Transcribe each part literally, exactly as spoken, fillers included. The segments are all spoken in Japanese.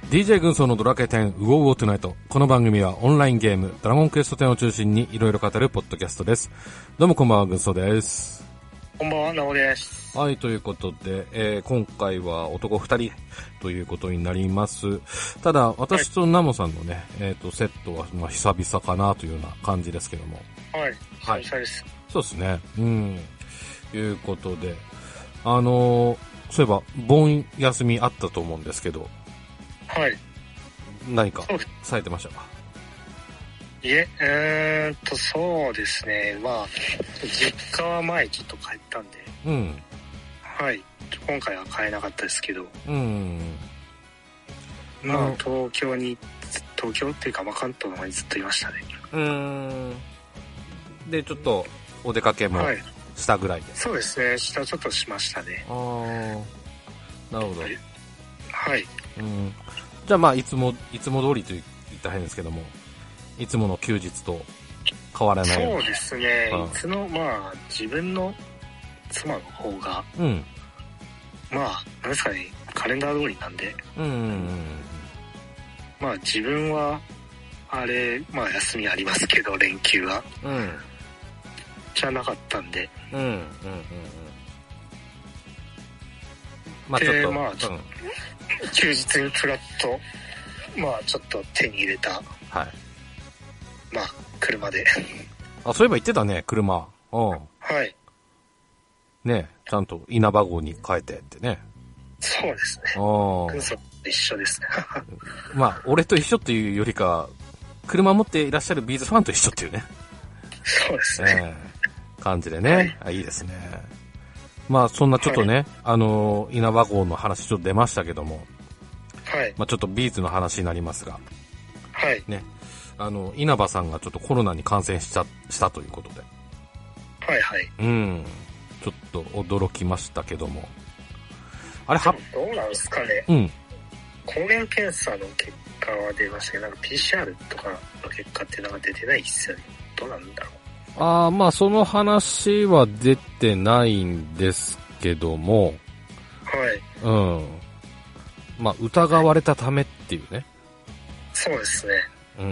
ディージェー 軍曹のドラケテンウォーウォートゥナイト。この番組はオンラインゲームドラゴンクエストテンを中心にいろいろ語るポッドキャストです。どうもこんばんは、軍曹です。 こんばんは、なおです。 はい、ということで、えー、今回は男二人ということになります。ただ私とナモさんのね、えっ、ー、とセットはまあ久々かなというような感じですけども。 はい、はい、久々です。 そうですね。うん。いうことで、あのー、そういえば盆休みあったと思うんですけど。 はい。 何かされてましたか？ いえ、えーっと、そうですね。まあ、実家は前ちょっと帰ったんで。 うん。 はい。今回は帰れなかったですけど。 うん。 まあ、東京に、東京っていうか、まあ、関東の方にずっといましたね。 うーん。で、ちょっとお出かけもしたぐらいで。はい、 そうですね。したちょっとしましたね。 ああ。なるほど。 はい。 うん。じゃあまあ、いつも、いつも通りと言ったら変ですけども、いつもの休日と変わらない。 そうですね。うん、いつの、まあ、自分の妻の方が、 うん。 まあ、なんですかね、カレンダー通りなんで、 うんうんうん、 まあ自分は、あれ、まあ休みありますけど、連休は。 うん。 じゃなかったんで。 うんうんうんうん。まあちょっと、 まあ、うん、休日にプラッと、まあちょっと手に入れた。はい。まあ、車で。 あ、そういえば言ってたね、車。うん。 はい。 ね、ちゃんと稲葉号に変えてってね。 そうですね。軍曹と一緒ですね。 まあ、俺と一緒っていうよりか、車持っていらっしゃるビーズファンと一緒っていうね。 そうですね。 えー、感じでね、はい、あ、いいですね。まあ、そんなちょっとね、はい、あの、稲葉号の話ちょっと出ましたけども。 はい。 まあ、ちょっとビーズの話になりますが。 はい。 ね。あの、稲葉さんがちょっとコロナに感染しちゃ、したということで。 はいはい。 うん。ちょっと驚きましたけども。あれは、 どうなんですかね。 うん。 抗原検査の結果は出ましたけど、なんか ピーシーアール とかの結果ってなんか出てないっすよね。どうなんだろう。 ああ、まあその話は出てないんですけども。 はい。 うん。まあ疑われたためっていうね。 そうですね。 うん。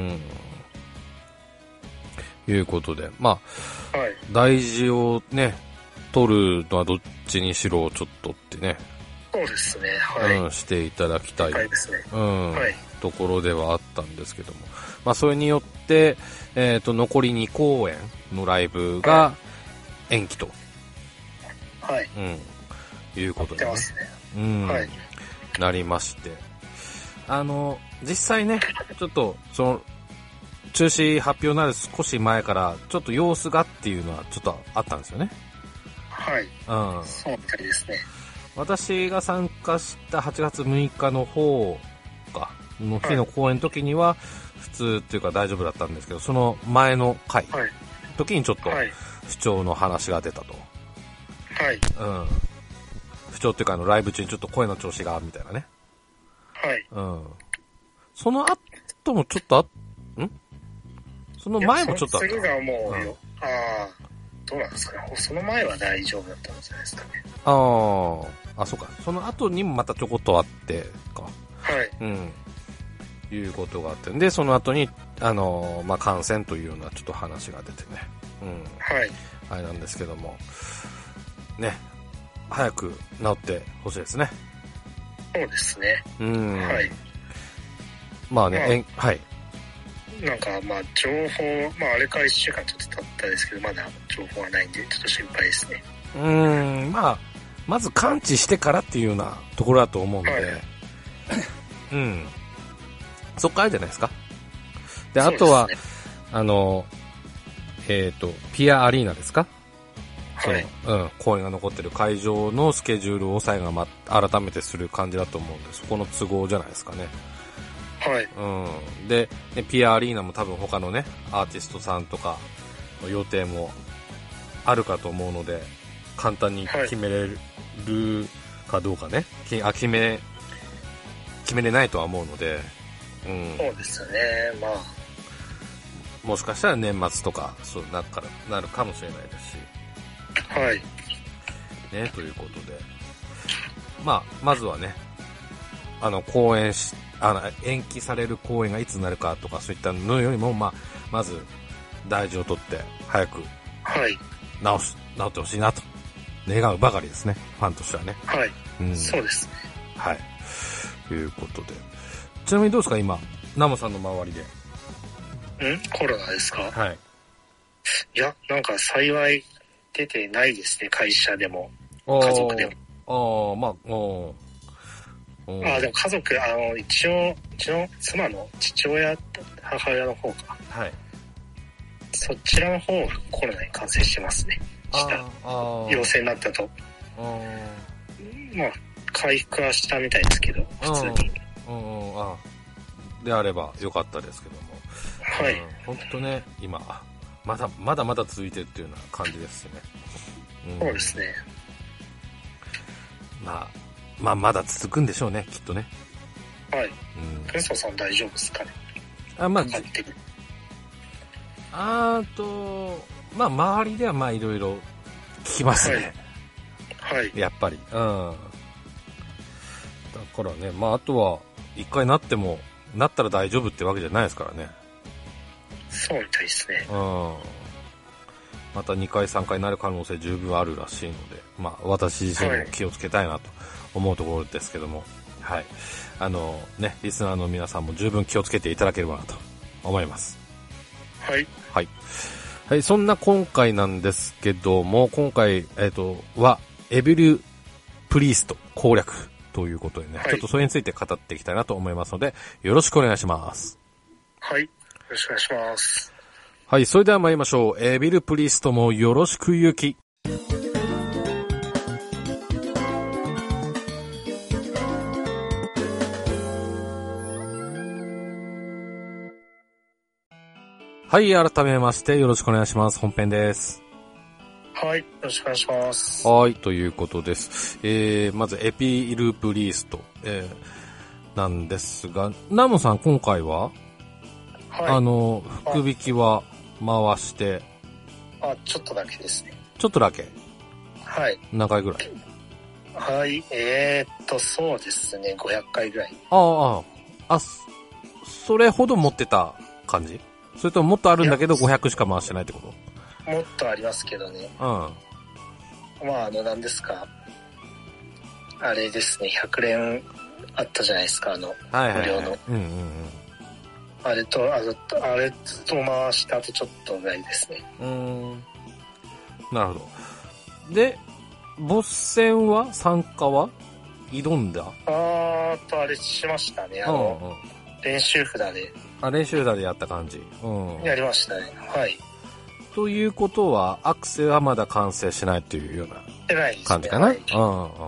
いうことで、まあ、 はい、 大事をね、取るのはどっちにしろちょっとってね。 そうですね。はい。 うん、していただきたい。 ですね。 うん。 はい。 ところではあったんですけども。まあ、それによって、えっと、残りに公演のライブが延期と。 はい。 うん。いうことで、ね。 ますね。 うん。 はい。 なりまして。あの、実際ね、ちょっと、その、中止発表になる少し前から、ちょっと様子がっていうのはちょっとあったんですよね。 はい。 うん。 そうみたいですね。 私が参加したはちがつむいかの方か、の日の公演の時には、普通っていうか大丈夫だったんですけど、その前の回、はい、時にちょっと不調の話が出たと。 はい。 うん。不調っていうかあのライブ中にちょっと声の調子が、みたいなね。 はい。 うん。その後もちょっとあ、んその前もちょっとあった。 次がもうよ、うん、ああ、どうなんですかね。その前は大丈夫だったんじゃないですかね。 ああ、あ、そうか。その後にもまたちょこっとあってか。 はい。 うん。いうことがあって。で、その後に、あのー、まあ、感染というようなちょっと話が出てね。うん。 はい。 あれなんですけども。ね。早く治ってほしいですね。 そうですね。 うん。 はい。 まあね、まあ、えはい。 なんか、まあ、情報、まあ、あれからいっしゅうかんちょっと経ったですけど、まだ情報はないんで、ちょっと心配ですね。 うーん、まあ、まず完治してからっていうようなところだと思うので、はい、うん。そっからじゃないですか。で、あとは、ね、あの、えっと、ピアアリーナですか？はい。その、うん、公演が残ってる会場のスケジュールを抑えが、ま、改めてする感じだと思うんで、そこの都合じゃないですかね。 はい。 うん。で、ね、ピアアリーナも多分他のね、アーティストさんとかの予定もあるかと思うので、簡単に決めれるかどうかね。はい、あ、決め、決めれないとは思うので、うん。 そうですよね。まあ。 もしかしたら年末とか、そうなるから、なるかもしれないですし。 はい。 ね、ということで。まあ、まずはね、 あの、公演し、あの、延期される公演がいつになるかとか、そういったのよりも、まあ、まず、大事を取って、早く、 はい。 直す、直ってほしいなと、願うばかりですね。ファンとしてはね。 はい。 うん、 そうですね。 はい。ということで。ちなみにどうですか、今、ナムさんの周りで。んコロナですか？ はい。 いや、なんか幸い出てないですね、会社でも、家族でも。ああ、まあ、おああ、でも家族、あの、一応、うちの妻の父親、母親の方か。 はい。 そちらの方はコロナに感染してますね。した。陽性になったと。あまあ、回復はしたみたいですけど、普通に。 うんあであればよかったですけども。 はい。 本当ね、今、まだ、まだまだ続いてるっていうような感じですね。 うん、そうですね。 まあ、まあ、まだ続くんでしょうね、きっとね。 はい。うん。クンソさん大丈夫ですかね？ あ、まあ、あーと、まあ、周りではまあ、いろいろ聞きますね。 はい。はい、 やっぱり。うん。だからね、まあ、あとは、一回なっても、なったら大丈夫ってわけじゃないですからね。 そうみたいですね。 うん。またにかいさんかいになる可能性十分あるらしいので、まあ、私自身も気をつけたいなと思うところですけども、はい、はい、あのね、リスナーの皆さんも十分気をつけていただければなと思います。 はいはいはい。そんな今回なんですけども、今回えっとはエビルプリースト攻略ということでね、はい、ちょっとそれについて語っていきたいなと思いますので、よろしくお願いします。 はい、よろしくお願いします。 はい、それでは参りましょう。エビルプリーストもよろしくゆき。はい、改めましてよろしくお願いします。本編です。 はい、よろしくお願いします。 はい、ということです。えー、まずエピルプリースト、えー、なんですが、ナムさん今回は、はい、あの、福引きは回して、 あ、ちょっとだけですね。 ちょっとだけ？ はい。 何回ぐらい？ はい、えーっと、そうですね、ごひゃっかいぐらい。 ああ、ああ、それほど持ってた感じ？それとももっとあるんだけどごひゃくしか回してないってこと？ もっとありますけどね。 うん。 まあ、あの、なんですか。あれですね、ひゃくれんあったじゃないですか、あの、 はいはいはい、 無料の。 うんうんうん。 あれと、あの、あれと回した後ちょっとぐらいですね。 うーん。なるほど。で、ボス戦は参加は挑んだ？ あーと、あれしましたね。あの、うんうん、練習札で。 あ、練習札でやった感じ。うん。 やりましたね。はい。 ということは、アクセはまだ完成しないというような感じかな。 はい。 うんうん、はい。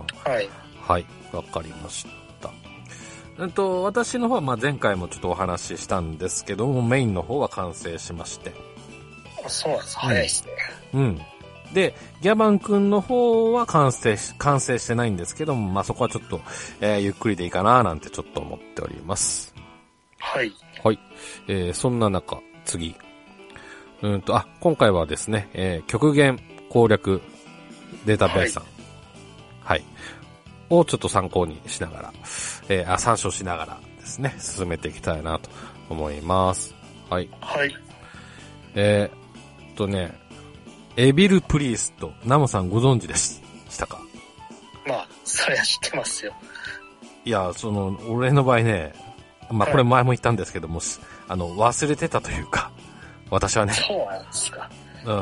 はい。 わかりました。えっと、私の方はまあ前回もちょっとお話ししたんですけども、メインの方は完成しまして。 あ、そうなんです。早いですね。 うん。で、ギャバン君の方は完成し、完成してないんですけども、まあそこはちょっと、えー、ゆっくりでいいかななんてちょっと思っております。 はい。 はい。えー、そんな中、次。うんと、あ、今回はですね、えー、極限攻略データベースさん。はい。はい。をちょっと参考にしながら、えー、あ、参照しながらですね、進めていきたいなと思います。はい。 はい。 えー、っとね、エビルプリースト、ナモさんご存知でしたか？ まあ、それは知ってますよ。 いや、その、俺の場合ね、まあこれ前も言ったんですけども、はい、あの、忘れてたというか、私はね。 そうなんですか。うん。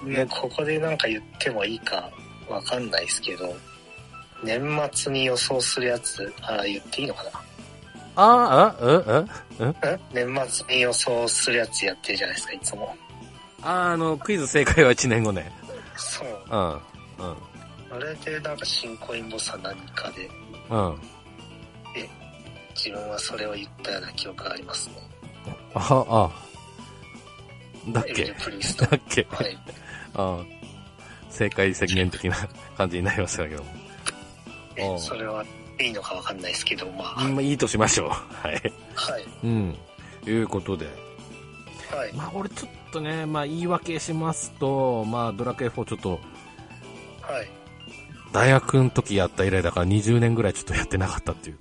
ね、ここでなんか言ってもいいかわかんないですけど、年末に予想するやつ、ああ、言っていいのかな？ ああ、うんうんうん年末に予想するやつやってるじゃないですか、いつも。 あ、あの、クイズ正解はいちねんごね。 そう。 うん。うん。 あれでなんか新コインボスは何かで。 うん。 え、自分はそれを言ったような記憶がありますね。 あ、あ。だっけプリストだっけはい。 ああ。正解宣言的な感じになりましたけども。 え、それはいいのかわかんないですけど、まあ。 まあ、いいとしましょう。はい。 はい。 うん。いうことで。 はい。 まあ、俺ちょっとね、まあ、言い訳しますと、まあ、ドラクエフォーちょっと、 はい。 大学の時やった以来だからにじゅうねんぐらいちょっとやってなかったっていうの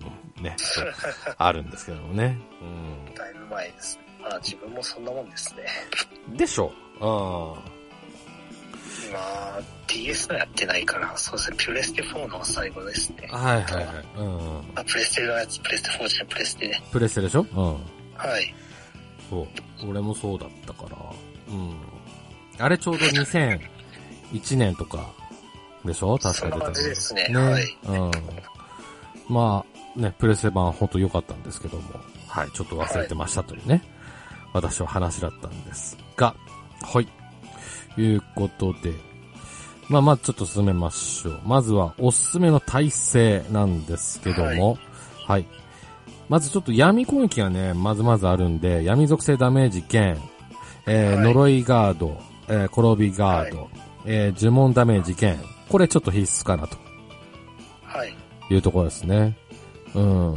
ね、あるんですけどもね。 うん。だいぶ前です。まあ自分もそんなもんですね。 でしょう。ああ。 今、ディーエス のやってないから、そうですね、プレステフォーの最後ですね。 はいはいはい。うん。 あ、プレステのやつ、プレステフォーじゃない、プレステね。 プレステでしょ？うん。 はい。 そう。俺もそうだったから。うん。あれちょうどにせんいちねんとかでしょ？確か出たの。 そんな感じですね。 ね。 はい。 うん。まあ、ね、プレステ版ほんと良かったんですけども。はい、ちょっと忘れてましたというね。はい、私は話だったんですが。はい。いうことで。まあまあちょっと進めましょう。まずはおすすめの耐性なんですけども。はい。はい、まずちょっと闇攻撃がね、まずまずあるんで、闇属性ダメージ減、えーはい、呪いガード、えー、転びガード、はい、えー、呪文ダメージ減。これちょっと必須かなと。 はい。 いうところですね。うん。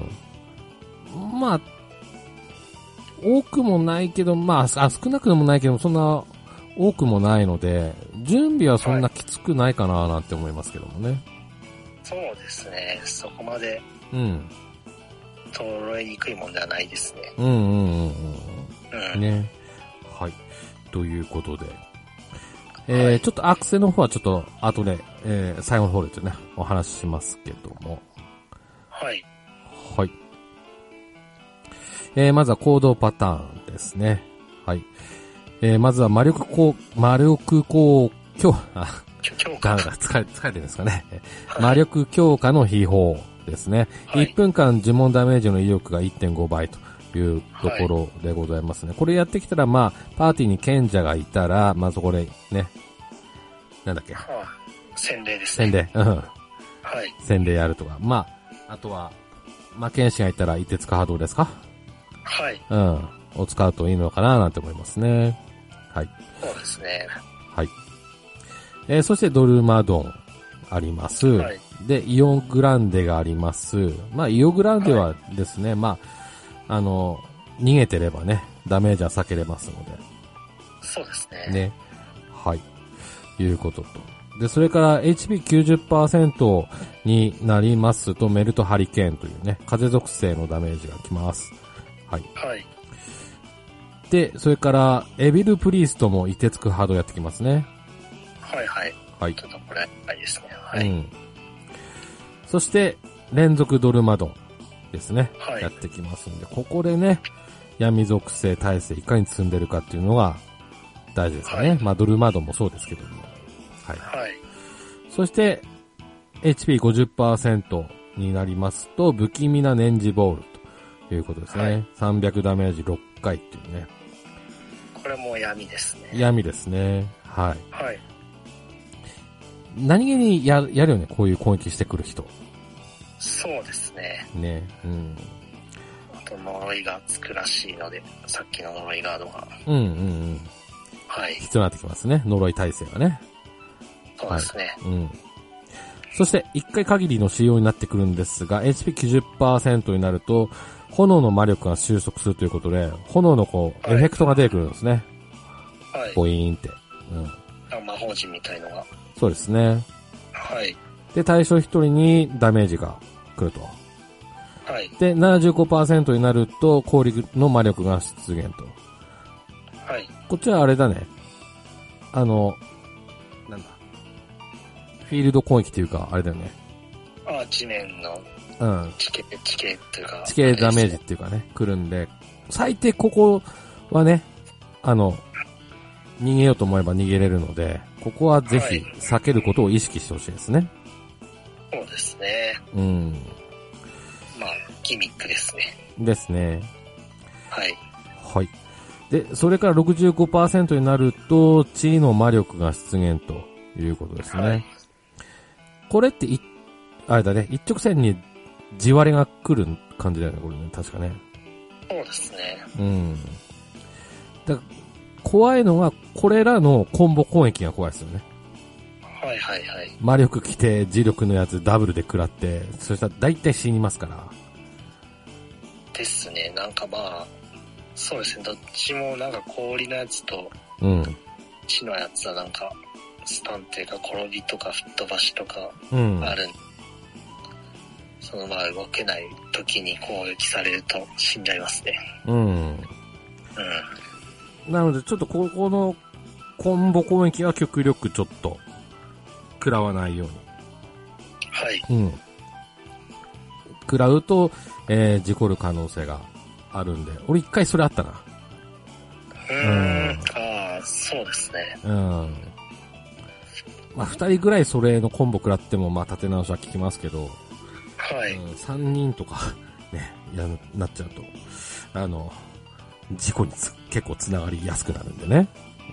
まあ、多くもないけど、まあ、あ、少なくともないけど、そんな多くもないので、準備はそんなきつくないかななんて思いますけどもね。はい、 そうですね。そこまで。 うん。 揃えにくいもんではないですね。 うんうんうんうん。うん、ね。はい。ということで。えー、はい、ちょっとアクセの方はちょっと後で、えー、最後の方でちょっとね、お話ししますけども。 はい。 はい。えー、まずは行動パターンですね。はい。えー、まずは魔力こう、魔力こう、強、あ、 強化。 疲れ、疲れてるんですかね。はい、魔力強化の秘宝ですね。はい、いっぷんかん呪文ダメージの威力が いってんごばいというところでございますね。はい、これやってきたら、まあ、パーティーに賢者がいたら、まあそこでね、なんだっけ。はあ、洗礼ですね。 洗礼。うん。はい。洗礼やるとか。まあ、あとは、魔剣士がいたら、凍てつか波動ですか？ はい。 うん。を使うといいのかななんて思いますね。はい。 そうですね。 はい。えー、そしてドルマドンあります。はい。で、イオグランデがあります。まあ、イオグランデはですね、はい、まあ、あの、逃げてればね、ダメージは避けれますので。 そうですね。 ね。はい。いうことと。で、それから エイチピーきゅうじゅっパーセント になりますと、メルトハリケーンというね、風属性のダメージがきます。はい。 はい。 で、それから、エビルプリーストも凍てつく波動やってきますね。 はいはい。 はい。 ちょっとこれ、はいですね。はい。うん。 そして、連続ドルマドンですね。 はい。 やってきますんで、ここでね、闇属性耐性いかに積んでるかっていうのが大事ですかね。はい、まあ、ドルマドンもそうですけども。はい。 はい。 そして、エイチピーごじゅっパーセント になりますと、不気味な念じボールということですね。はい、さんびゃくダメージろっかいっていうね。 これも闇ですね。 闇ですね。はい。 はい。 何気にや、やるよね、こういう攻撃してくる人。 そうですね。 ね。うん。 あと呪いがつくらしいので、さっきの呪いガードが。 うんうんうん。 はい。 必要になってきますね、呪い耐性がね。 そうですね。 はい、うん。そして、いっかい限りの使用になってくるんですが、エイチピーきゅうじゅっパーセント になると、炎の魔力が収束するということで、炎のこう、はい、エフェクトが出てくるんですね。 はい。 ボイーンって。うん。 あ、魔法陣みたいのが。 そうですね。 はい。 で、対象一人にダメージが来ると。 はい。 で、ななじゅうごパーセント になると、氷の魔力が出現と。 はい。 こっちはあれだね。あの、なんだ。フィールド攻撃っていうか、あれだよね。 あ、地面の。 うん。 地形、地形っていうか。 地形ダメージっていうかね、来るんで、最低ここはね、あの、逃げようと思えば逃げれるので、ここはぜひ避けることを意識してほしいですね。 そうですね。 うん。 まあ、ギミックですね。 ですね。 はい。 はい。で、それから ろくじゅうごパーセント になると、地の魔力が出現ということですね。はい、これってい、あれだね、一直線に地割れが来る感じだよね、これね、確かね。 そうですね。 うん。だ怖いのは、これらのコンボ攻撃が怖いですよね。 はいはいはい。 魔力来て、磁力のやつダブルで食らって、そしたら大体死にますから。 ですね、なんかまあ、そうですね、どっちもなんか氷のやつと、 うん。 地のやつはなんか、スタンっていうか転びとか吹っ飛ばしとか、ある、うん、 そのまま動けない時に攻撃されると死んじゃいますね。 うん。うん。なので、ちょっとここのコンボ攻撃は極力ちょっと食らわないように。 はい。 うん。食らうと、えー、事故る可能性があるんで、俺一回それあったな。 うーん。うん、ああ、そうですね。 うん。まあ、二人ぐらいそれのコンボ食らっても、まあ、立て直しは効きますけど、 はい。 うん、三人とか、ね、や、なっちゃうと、あの、事故につ結構つながりやすくなるんでね。うん。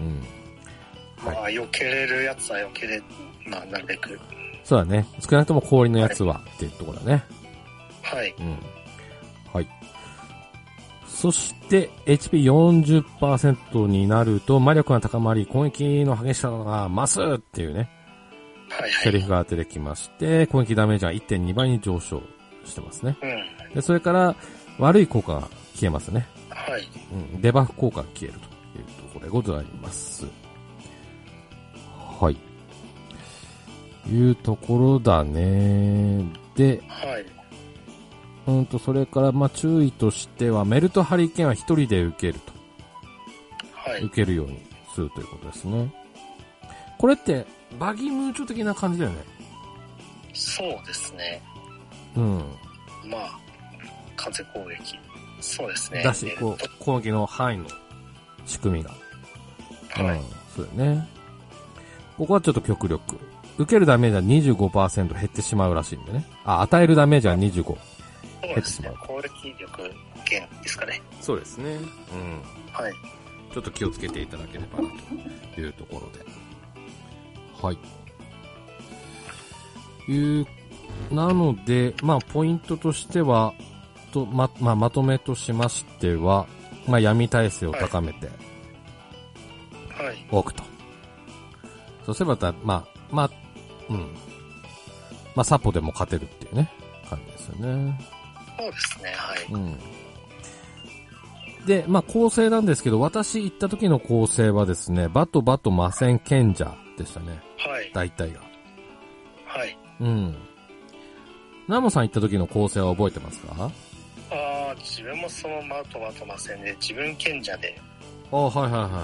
はい。まあ、避けれるやつは避けれ、まあ、なるべく。 そうだね。少なくとも氷のやつは、はい、っていうところだね。 はい。 うん。はい。そして、エイチピーよんじゅっパーセント になると、魔力が高まり、攻撃の激しさが増すっていうね。 はいはい。 セリフが出てきまして、攻撃ダメージが いってんに 倍に上昇してますね。 うん。 で、それから、悪い効果が消えますね。 はい。 うん。デバフ効果が消えるというところでございます。はい。いうところだね。で、 はい。 うんと、それから、まあ、注意としては、メルトハリケーンは一人で受けると。 はい。 受けるようにするということですね。これって、バギームーチョ的な感じだよね。 そうですね。 うん。 まあ、風攻撃。そうですね。 だし、こう、攻撃の範囲の仕組みが。 はい。 うん、そうだよね。ここはちょっと極力。受けるダメージは にじゅうごパーセント 減ってしまうらしいんでね。あ、与えるダメージはにじゅうご。 そうですね。攻撃力減ですかね。 そうですね。うん。 はい。 ちょっと気をつけていただければなというところで。はい。いう、なので、まあ、ポイントとしては、と、ま、まあ、まとめとしましては、まあ、闇耐性を高めて、 はい。 おくと。そうすればた、まあ、まあ、うん。まあ、サポでも勝てるっていうね、感じですよね。 そうですね、はい。 うん。で、まあ、構成なんですけど、私行った時の構成はですね、バトバト魔戦賢者でしたね。 はい。 大体が。 はい。 うん。ナモさん行った時の構成は覚えてますか？ ああ、自分もそのバトバト魔戦で、自分賢者で。 ああ、はいはいはいはい。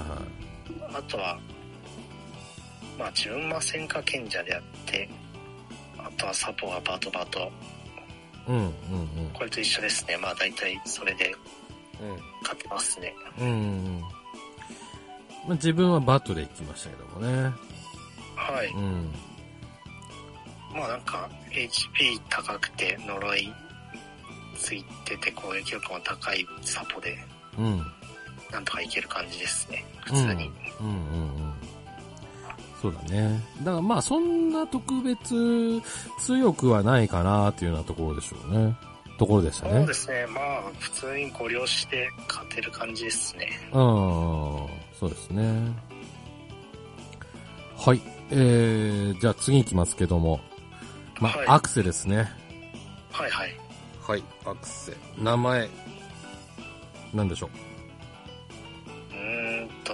あとは、まあ自分魔戦か賢者であって、あとはサポはバトバト。 うんうんうん。 これと一緒ですね。まあ大体それで、勝てますね。 うんうんうん。まあ、自分はバトで行きましたけどもね。 はい。 うん。 まあなんか エイチピー 高くて呪いついてて攻撃力も高いサポで、 うん。 なんとかいける感じですね。普通に。 うん、うん、うんうん。そうだね。だからまあそんな特別強くはないかなっていうようなところでしょうね。ところでしたね。 そうですね。まあ普通にご了して勝てる感じですね。 うん、そうですね。はい。えー、じゃあ次行きますけども。まあ、はい、アクセですね。 はいはい。 はい、アクセ。名前、なんでしょう。 うーんと。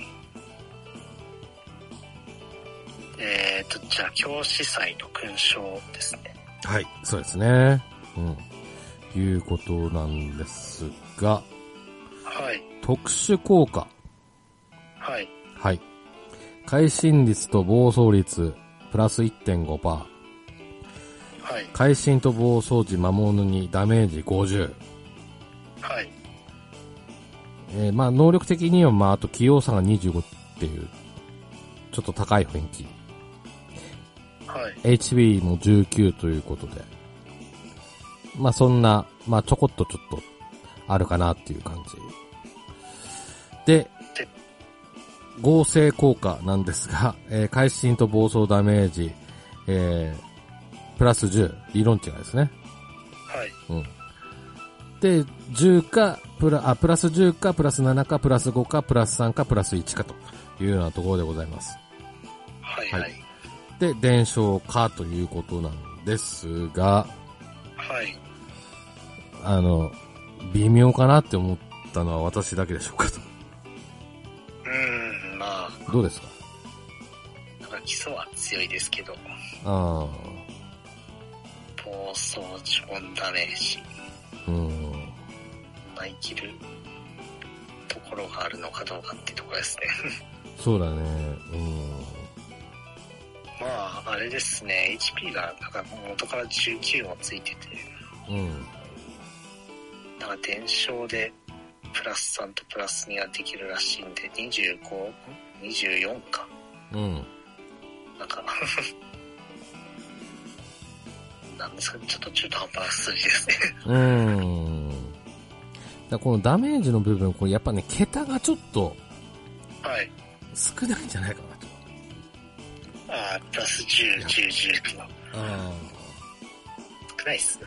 えーと、じゃあ、教師祭の勲章ですね。 はい、そうですね。うん。いうことなんですが。 はい。 特殊効果。 はい。 はい。会心率と暴走率、プラス いってんごパーセント。 はい。 会心と暴走時魔物にダメージごじゅう。 はい。 えー、まあ能力的にはまああと器用さがにじゅうごっていう、ちょっと高い雰囲気。 はい。 エイチピー もじゅうきゅうということで。まあそんな、まあちょこっとちょっとあるかなっていう感じ。で、合成効果なんですが、えー、会心と暴走ダメージ、えー、プラスじゅう、理論値がですね。 はい。 うん。で、じゅうか、プラ、あ、プラスじゅうか、プラスななか、プラスごか、プラスさんか、プラスいちかというようなところでございます。 はいはい。はい、 で、伝承かということなんですが、 はい。 あの、微妙かなって思ったのは私だけでしょうかと。 うーん、まあ。 どうですか？ なんか基礎は強いですけど。 ああ。 暴走呪文ダメージ。 うん。 まあ、生きるところがあるのかどうかっていうところですね。 そうだね。うん。 まあ、あれですね、エイチピー がなんか元からじゅうきゅうもついてて、 うん。 なんか伝承でプラスさんとプラスにができるらしいんで、にじゅうご、にじゅうよんか。 うん。 なんか、なんですか、ちょっと中途半端な数字ですね。 うーん。だこのダメージの部分、これやっぱね、桁がちょっと、 はい。 少ないんじゃないかなと。 ああ、プラスじゅう、じゅう、じゅうと。 ああ。 少ないっすね。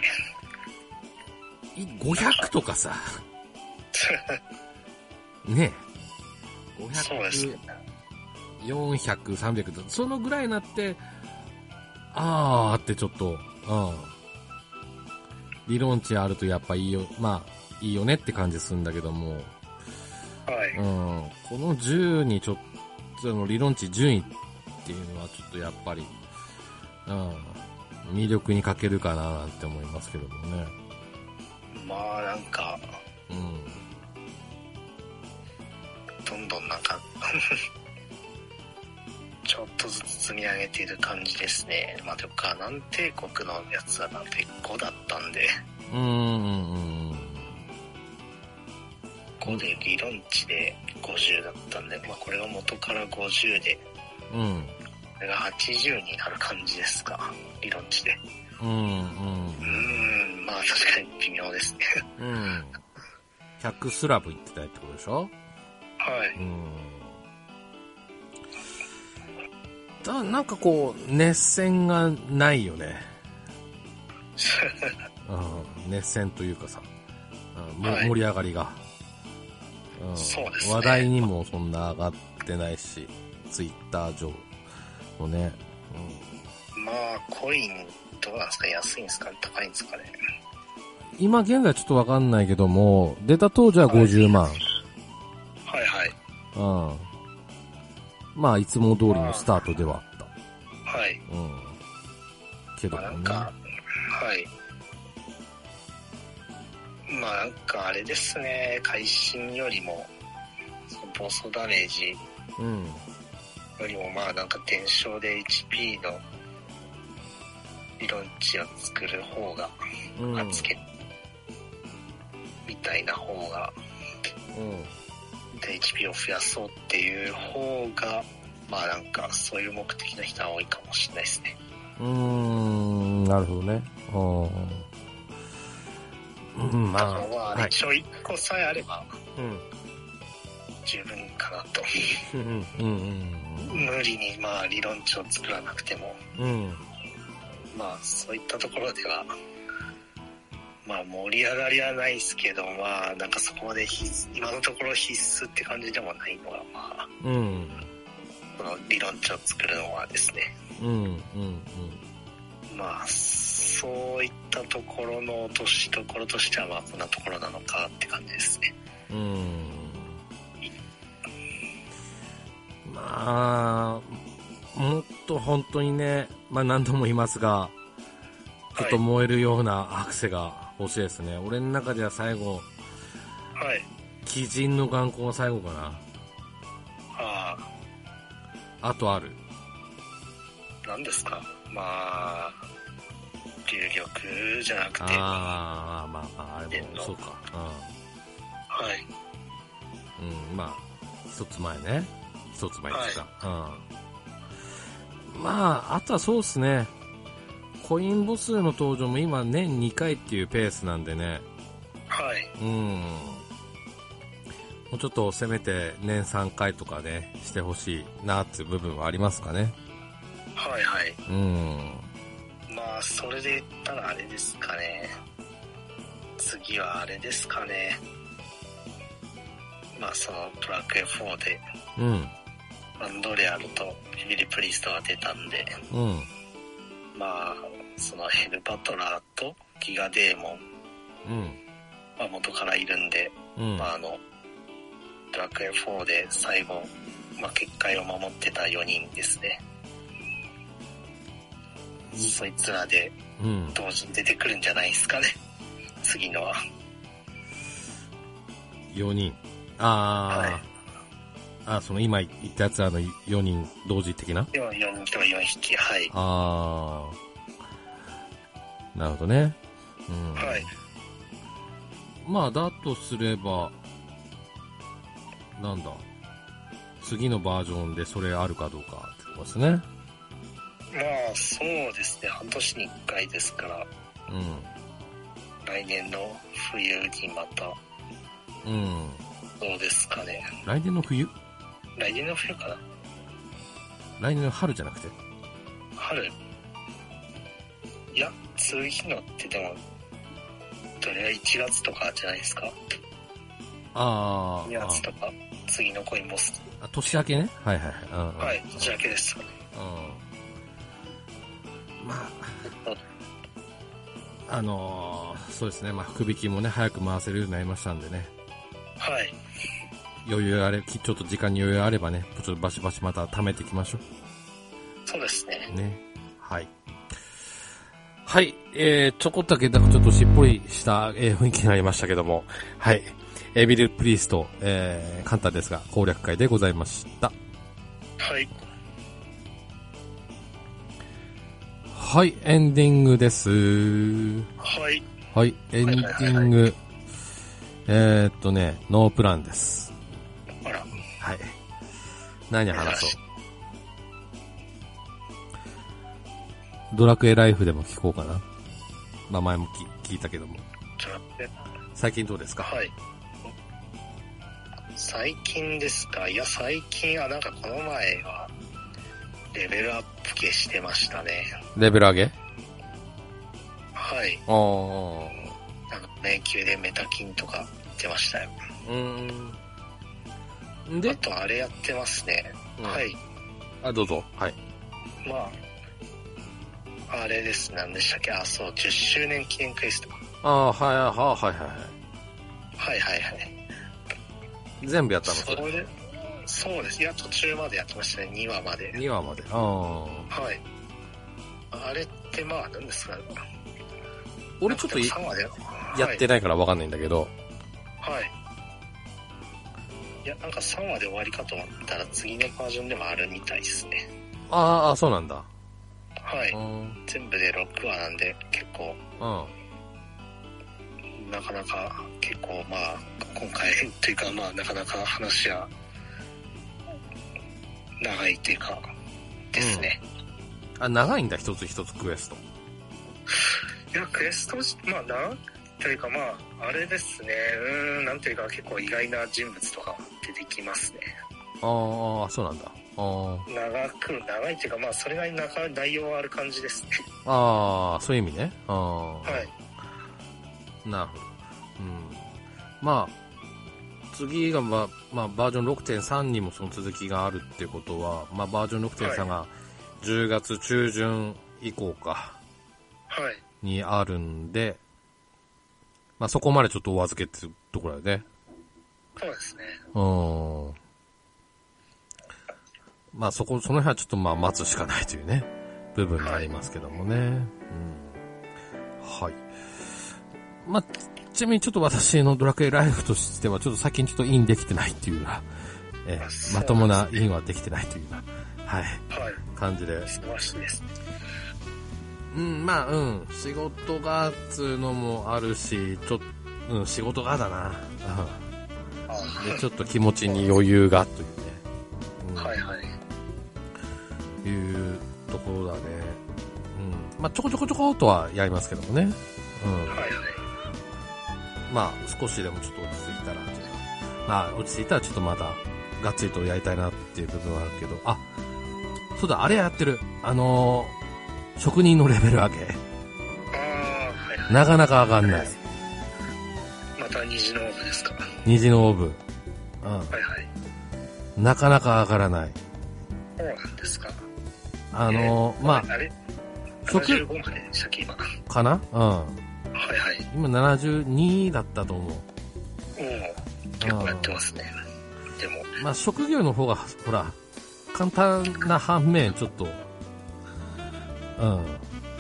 ごひゃくとかさ。ねえ。ごひゃく、 そうですね。 よんひゃく、さんびゃくと、そのぐらいになって、あーってちょっと、うん。理論値あるとやっぱいいよ、まあ、いいよねって感じするんだけども、 はい。 うん。このじゅうにちょっと、の理論値順位っていうのはちょっとやっぱり、うん。魅力に欠けるかななんて思いますけどもね。 まあ、なんか、 うん。 どんどんなんか、ちょっとずつ積み上げている感じですね。まあ、というか、南帝国のやつはなんてごだったんで、 うーん。 ごで理論値でごじゅうだったんで、まあ、これが元からごじゅうで、 うん。 これがはちじゅうになる感じですか、理論値で。 うん、うん。 うーん、まあ確かに微妙ですね。 うん。ひゃくスラブいってたいってことでしょ？ はい。 うん。だなんかこう、熱戦がないよね。うん、熱戦というかさ、うん、はい、盛り上がりが。うん、 そうですね。 話題にもそんな上がってないし、ツイッター上のね。 うん、まあ、コイン、どうなんですか？安いんですか？高いんですかね？ 今現在ちょっとわかんないけども、出た当時はごじゅうまん。はい、 はいはい。 うん。まあ、いつも通りのスタートではあった。 はい。 うん。けどね。まあ、なんか、はい。まあなんかあれですね、会心よりも、その暴走ダメージよりも、まあなんか伝承で エイチピー の理論値を作る方が、うん、つけみたいな方が、うん、で エイチピー を増やそうっていう方が、まあなんかそういう目的の人は多いかもしれないですね。 うーん、なるほどね。うん、まあ、 まあ、一応一個さえあれば、うん、十分かなと。うんうんうん、無理にまあ理論値を作らなくても、うん、まあそういったところでは、まあ盛り上がりはないですけど、まあなんかそこまで必今のところ必須って感じでもないのは、まあ、うん、この理論値を作るのはですね。うんうんうん、まあそういったところの落としどころとしてはまあこんなところなのかって感じですね。うん。 まあもっと本当にね、まあ何度も言いますが、ちょっと燃えるようなアクセが欲しいですね。はい、俺の中では最後、はい。鬼人の眼光が最後かな。ああ。あとある。 何ですか？まあ。流力じゃなくて、 ああ、まあまあ、あれも、そうか。うん。はい。うん、まあ、一つ前ね。一つ前ですか。はい、うん。まあ、あとはそうですね。コインボスの登場も今年にかいっていうペースなんでね。はい。うん。もうちょっとせめて年さんかいとかね、してほしいなっていう部分はありますかね。 はいはい。 うん。 まあ、それで言ったらあれですかね。次はあれですかね。まあ、その、ドラクエフォーで、うん。アンドレアルとビビリプリストが出たんで、うん。まあ、そのヘルパトラーとギガデーモン、うん。まあ、元からいるんで、うん。まあ、あの、ドラクエフォーで最後、まあ、結界を守ってたよにんですね。 そいつらで同時に出てくるんじゃないですかね、うん、次のはよにん、あー、はい、あ、その今言ったやつらのよにん同時的なよ, よにんとかよんひき、はい。 あー、なるほどね、うん、 はい。 まあだとすればなんだ、次のバージョンでそれあるかどうかってことですね。 まあそうですね、半年にいっかいですから、 うん、 来年の冬にまた、 うん、 どうですかね。 来年の冬？ 来年の冬かな。 来年の春じゃなくて？ 春？いや、次のってでもどれがいちがつとかじゃないですか。 ああ。 にがつとか、次のコインボス。 あ、年明けね。はいはいはい。はい、年明けですよね。 うん。まあ、あのー、そうですね。まあ、福引きもね、早く回せるようになりましたんでね。 はい。 余裕あれ、ちょっと時間に余裕あればね、ちょっとバシバシまた貯めていきましょう。 そうですね。 ね。はい。はい。えー、ちょこっとだけ、なんかちょっとしっぽりした、えー、雰囲気になりましたけども。はい。エビル・プリースト、えー、簡単ですが、攻略会でございました。 はい。 はい、エンディングです。 はい。 はい、エンディング。はいはいはいはい、えーっとね、ノープランです。 あら。 はい。何話そう。ドラクエライフでも聞こうかな。まあ前も聞いたけども。最近どうですか？ はい。最近ですか？いや、最近はなんかこの前はレベルアップ系してましたね。 レベル上げ？ はい。 ああ。なんか迷宮でメタキンとか出ましたよ。 うーん。で？ あとあれやってますね。うん、はい。 あ、どうぞ。はい。 まあ。あれです。何でしたっけ？あ、そう、じゅっしゅうねん記念クエスト。 ああ、はい、はい、はい、はい。 はいはいはい。 全部やったの？それ。 それで、そうです。いや、途中までやってましたね。にわまで。 にわまで。ああ。 はい。あれってまあ、何ですか？ 俺ちょっとやってないからわかんないんだけど。 はい。いや、なんかさんわで終わりかと思ったら次のバージョンでもあるみたいですね。 ああ、そうなんだ。 はい。全部でろくわなんで結構、 うん、 なかなか結構まあ今回というかまあなかなか話は長いというかですね。 うん、あ、長いんだ、一つ一つクエスト。 いや、クエストまあ長というかまああれですね。うーん、なんていうか結構意外な人物とか出てきますね。 ああ、そうなんだ。 長く長いっていうかまあそれなりに内容はある感じですね。 ああ、そういう意味ね。ああ、 はい。 なるほど。うん。まあ次がまあ、まあ、バージョン ろくてんさん にもその続きがあるっていうことは、まあバージョン ろくてんさん がじゅうがつ中旬以降か。 はい。 にあるんで、まあそこまでちょっとお預けっていうところだよね。 そうですね。 うん。まあそこ、その辺はちょっとまあ待つしかないというね、部分になりますけどもね。はい、うん。はい。まあ、ちなみにちょっと私のドラクエライフとしてはちょっと最近ちょっとインできてないっていうような、えー、まともなインはできてないというような、はい。はい、感じで。 忙しいですね。 うん、まあ、うん。仕事がつうのもあるし、ちょっと、うん、仕事がだな。うん。で、ちょっと気持ちに余裕がというね。 うん、はいはい。 いうところだね。うん。まあ、ちょこちょこちょこっとはやりますけどもね。うん。はいはい。まあ、少しでもちょっと落ち着いたら、まあ、落ち着いたらちょっとまた、がっつりとやりたいなっていう部分はあるけど、あ、そうだ、あれやってる。あのー、職人のレベル上げ。 ああ、はいはい。 なかなか上がんない。 また虹のオーブですか？ 虹のオーブ。うん。はいはい。 なかなか上がらない。 そうなんですか。 あのーえー、まあ、 あれななじゅうごまででしたっけ、今。 かな？うん。 はいはい。 今ななじゅうにだったと思う。 うん。結構やってますね。でも。 まあ、職業の方が、ほら、簡単な反面、ちょっと、うん。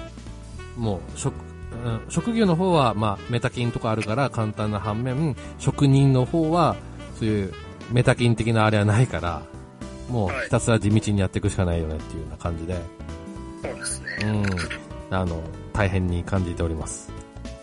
もう職、職業の方は、まあ、メタキンとかあるから簡単な反面、職人の方は、そういうメタキン的なあれはないから、もうひたすら地道にやっていくしかないよねっていうような感じで。 そうですね。 うん。あの、大変に感じております。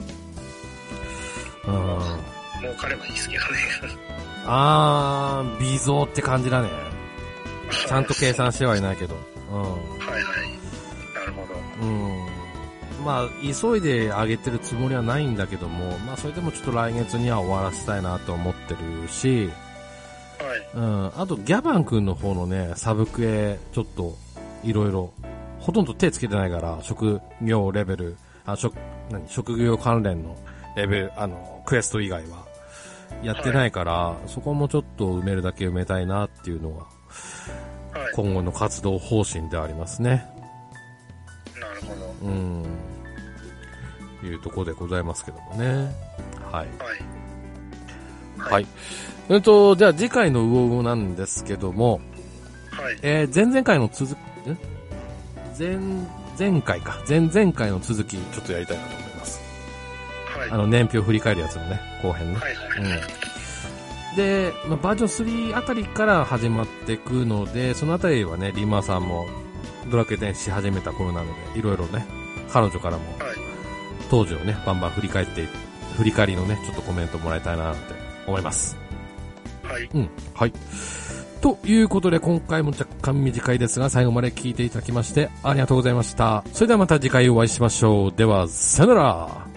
うん。 儲かればいいですけどね。 あー、微増って感じだね。ちゃんと計算してはいないけど。うん。はいはい。 なるほど。 うん。まあ、急いで上げてるつもりはないんだけども、まあ、それでもちょっと来月には終わらせたいなと思ってるし、はい。うん。あと、ギャバン君の方のね、サブクエ、ちょっと、いろいろ、ほとんど手つけてないから、職業レベル、あ、職、何、職業関連のレベル、あの、クエスト以外は、やってないから、はい、そこもちょっと埋めるだけ埋めたいなっていうのが、はい、今後の活動方針でありますね。 なるほど。 うん。いうところでございますけどもね。はい。はい。はい。はい、えっと、じゃあ次回のウオウオなんですけども、はい。えー、前々回の続き、前、前回か。前々回の続き、ちょっとやりたいなと思います。はい。あの、年表振り返るやつのね、後編ね。はいはいはい。うん。で、まあ、バージョンスリーあたりから始まっていくので、そのあたりはね、リンマーさんもドラクエテンし始めた頃なので、いろいろね、彼女からも、当時をね、バンバン振り返って、振り返りのね、ちょっとコメントもらいたいなって思います。はい。うん。はい。ということで、今回も若干短いですが、最後まで聞いていただきまして、ありがとうございました。それではまた次回お会いしましょう。では、さよなら。